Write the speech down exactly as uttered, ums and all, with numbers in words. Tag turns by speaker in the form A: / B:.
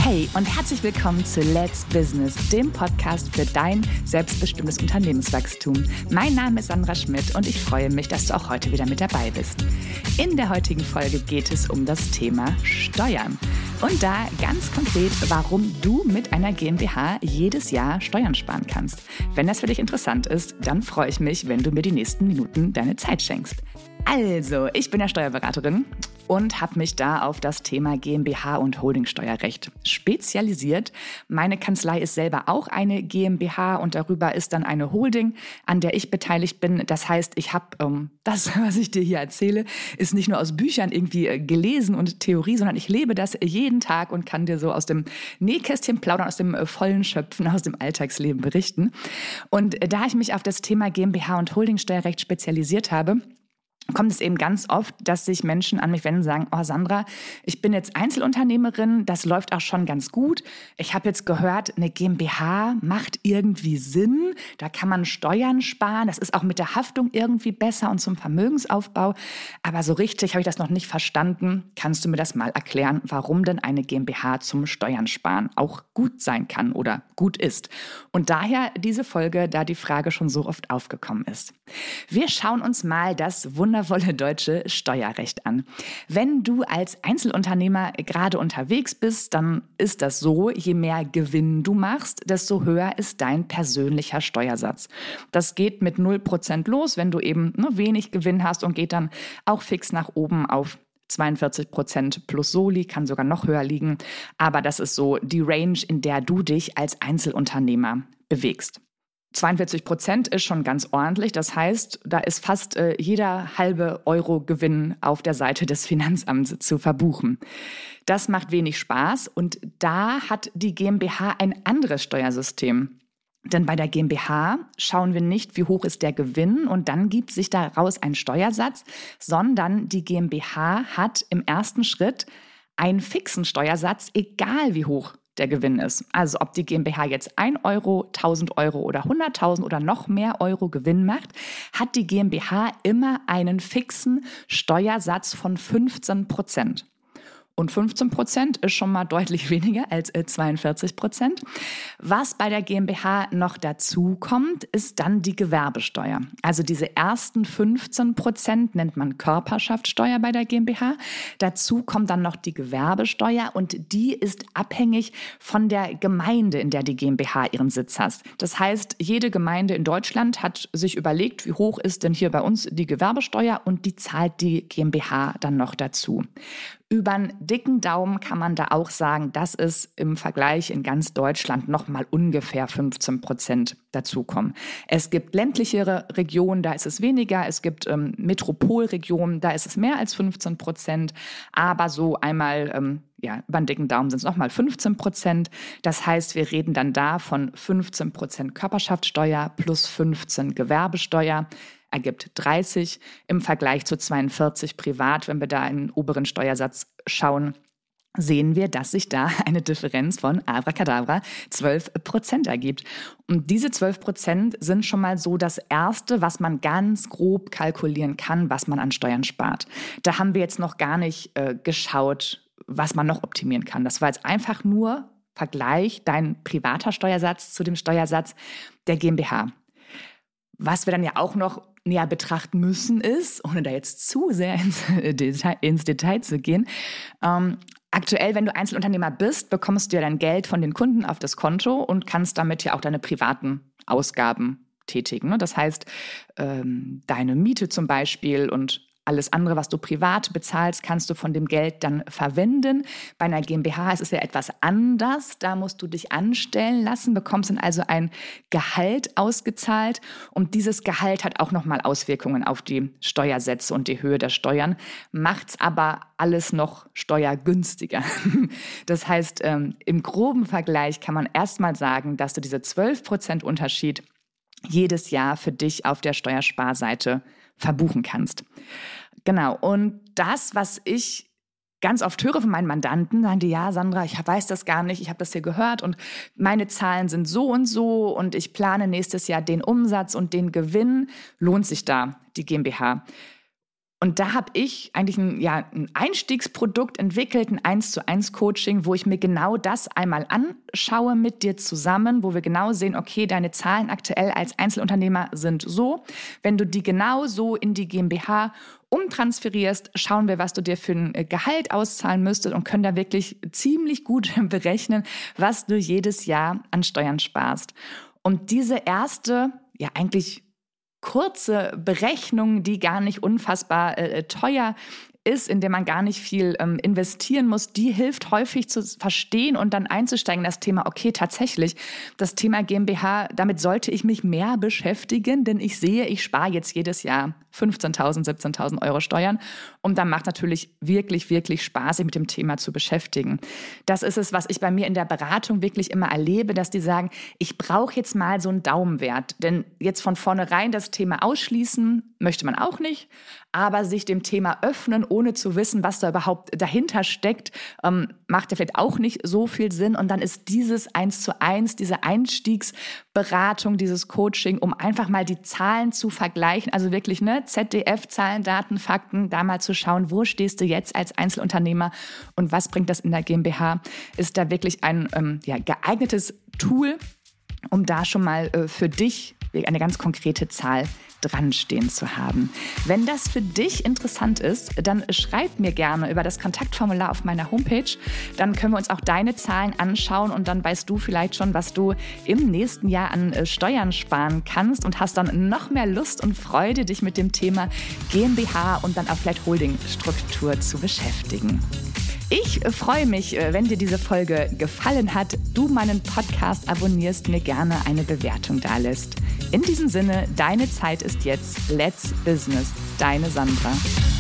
A: Hey und herzlich willkommen zu Let's Business, dem Podcast für dein selbstbestimmtes Unternehmenswachstum. Mein Name ist Sandra Schmidt und ich freue mich, dass du auch heute wieder mit dabei bist. In der heutigen Folge geht es um das Thema Steuern. Und da ganz konkret, warum du mit einer GmbH jedes Jahr Steuern sparen kannst. Wenn das für dich interessant ist, dann freue ich mich, wenn du mir die nächsten Minuten deine Zeit schenkst. Also, ich bin ja Steuerberaterin und habe mich da auf das Thema GmbH und Holdingsteuerrecht spezialisiert. Meine Kanzlei ist selber auch eine GmbH und darüber ist dann eine Holding, an der ich beteiligt bin. Das heißt, ich habe ähm, das, was ich dir hier erzähle, ist nicht nur aus Büchern irgendwie äh, gelesen und Theorie, sondern ich lebe das jeden Tag und kann dir so aus dem Nähkästchen plaudern, aus dem äh, vollen Schöpfen, aus dem Alltagsleben berichten. Und äh, da ich mich auf das Thema GmbH und Holdingsteuerrecht spezialisiert habe, kommt es eben ganz oft, dass sich Menschen an mich wenden und sagen, oh Sandra, ich bin jetzt Einzelunternehmerin, das läuft auch schon ganz gut. Ich habe jetzt gehört, eine GmbH macht irgendwie Sinn, da kann man Steuern sparen, das ist auch mit der Haftung irgendwie besser und zum Vermögensaufbau. Aber so richtig habe ich das noch nicht verstanden. Kannst du mir das mal erklären, warum denn eine GmbH zum Steuern sparen auch gut sein kann oder gut ist? Und daher diese Folge, da die Frage schon so oft aufgekommen ist. Wir schauen uns mal das wunderbare wundervolle deutsche Steuerrecht an. Wenn du als Einzelunternehmer gerade unterwegs bist, dann ist das so, je mehr Gewinn du machst, desto höher ist dein persönlicher Steuersatz. Das geht mit null Prozent los, wenn du eben nur wenig Gewinn hast und geht dann auch fix nach oben auf zweiundvierzig Prozent plus Soli, kann sogar noch höher liegen. Aber das ist so die Range, in der du dich als Einzelunternehmer bewegst. zweiundvierzig Prozent ist schon ganz ordentlich. Das heißt, da ist fast äh, jeder halbe Euro Gewinn auf der Seite des Finanzamts zu verbuchen. Das macht wenig Spaß und da hat die GmbH ein anderes Steuersystem. Denn bei der GmbH schauen wir nicht, wie hoch ist der Gewinn und dann gibt sich daraus ein Steuersatz, sondern die GmbH hat im ersten Schritt einen fixen Steuersatz, egal wie hoch der Gewinn ist. Also ob die GmbH jetzt ein Euro, tausend Euro oder hunderttausend oder noch mehr Euro Gewinn macht, hat die GmbH immer einen fixen Steuersatz von fünfzehn Prozent. Und fünfzehn Prozent ist schon mal deutlich weniger als zweiundvierzig Prozent. Was bei der GmbH noch dazu kommt, ist dann die Gewerbesteuer. Also diese ersten fünfzehn Prozent nennt man Körperschaftssteuer bei der GmbH. Dazu kommt dann noch die Gewerbesteuer und die ist abhängig von der Gemeinde, in der die GmbH ihren Sitz hat. Das heißt, jede Gemeinde in Deutschland hat sich überlegt, wie hoch ist denn hier bei uns die Gewerbesteuer und die zahlt die GmbH dann noch dazu. Über einen dicken Daumen kann man da auch sagen, dass es im Vergleich in ganz Deutschland nochmal ungefähr fünfzehn Prozent dazukommen. Es gibt ländlichere Regionen, da ist es weniger. Es gibt ähm, Metropolregionen, da ist es mehr als fünfzehn Prozent. Aber so einmal ähm, ja, über einen dicken Daumen sind es nochmal fünfzehn Prozent. Das heißt, wir reden dann da von fünfzehn Prozent Körperschaftssteuer plus fünfzehn Gewerbesteuer. Ergibt dreißig im Vergleich zu zweiundvierzig privat. Wenn wir da in den oberen Steuersatz schauen, sehen wir, dass sich da eine Differenz von Abracadabra zwölf Prozent ergibt. Und diese zwölf Prozent sind schon mal so das Erste, was man ganz grob kalkulieren kann, was man an Steuern spart. Da haben wir jetzt noch gar nicht äh, geschaut, was man noch optimieren kann. Das war jetzt einfach nur Vergleich dein privater Steuersatz zu dem Steuersatz der GmbH. Was wir dann ja auch noch näher betrachten müssen ist, ohne da jetzt zu sehr ins Detail, ins Detail zu gehen, ähm, aktuell, wenn du Einzelunternehmer bist, bekommst du ja dein Geld von den Kunden auf das Konto und kannst damit ja auch deine privaten Ausgaben tätigen. Das heißt, ähm, deine Miete zum Beispiel und alles andere, was du privat bezahlst, kannst du von dem Geld dann verwenden. Bei einer GmbH ist es ja etwas anders. Da musst du dich anstellen lassen, bekommst dann also ein Gehalt ausgezahlt. Und dieses Gehalt hat auch nochmal Auswirkungen auf die Steuersätze und die Höhe der Steuern, macht es aber alles noch steuergünstiger. Das heißt, ähm, im groben Vergleich kann man erstmal sagen, dass du diese zwölf Prozent Unterschied jedes Jahr für dich auf der Steuersparseite verbuchen kannst. Genau, und das, was ich ganz oft höre von meinen Mandanten, sagen die, ja Sandra, ich weiß das gar nicht, ich habe das hier gehört und meine Zahlen sind so und so und ich plane nächstes Jahr den Umsatz und den Gewinn. Lohnt sich da die GmbH? Und da habe ich eigentlich ein, ja, ein Einstiegsprodukt entwickelt, ein eins zu eins Coaching, wo ich mir genau das einmal anschaue mit dir zusammen, wo wir genau sehen, okay, deine Zahlen aktuell als Einzelunternehmer sind so. Wenn du die genau so in die GmbH umtransferierst, schauen wir, was du dir für ein Gehalt auszahlen müsstest und können da wirklich ziemlich gut berechnen, was du jedes Jahr an Steuern sparst. Und diese erste, ja eigentlich kurze Berechnung, die gar nicht unfassbar äh, teuer ist, in der man gar nicht viel ähm, investieren muss, die hilft häufig zu verstehen und dann einzusteigen in das Thema, okay, tatsächlich, das Thema GmbH, damit sollte ich mich mehr beschäftigen, denn ich sehe, ich spare jetzt jedes Jahr fünfzehntausend, siebzehntausend Euro Steuern und dann macht natürlich wirklich, wirklich Spaß, sich mit dem Thema zu beschäftigen. Das ist es, was ich bei mir in der Beratung wirklich immer erlebe, dass die sagen, ich brauche jetzt mal so einen Daumenwert, denn jetzt von vornherein das Thema ausschließen möchte man auch nicht, aber sich dem Thema öffnen, ohne zu wissen, was da überhaupt dahinter steckt, ähm, macht ja vielleicht auch nicht so viel Sinn. Und dann ist dieses eins zu eins, diese Einstiegsberatung, dieses Coaching, um einfach mal die Zahlen zu vergleichen, also wirklich ne, Z D F, Zahlen, Daten, Fakten, da mal zu schauen, wo stehst du jetzt als Einzelunternehmer und was bringt das in der GmbH, ist da wirklich ein ähm, ja, geeignetes Tool, um da schon mal äh, für dich eine ganz konkrete Zahl dran stehen zu haben. Wenn das für dich interessant ist, dann schreib mir gerne über das Kontaktformular auf meiner Homepage. Dann können wir uns auch deine Zahlen anschauen und dann weißt du vielleicht schon, was du im nächsten Jahr an Steuern sparen kannst und hast dann noch mehr Lust und Freude, dich mit dem Thema GmbH und dann auch vielleicht Holdingstruktur zu beschäftigen. Ich freue mich, wenn dir diese Folge gefallen hat, du meinen Podcast abonnierst, mir gerne eine Bewertung dalässt. In diesem Sinne, deine Zeit ist jetzt. Let's Business. Deine Sandra.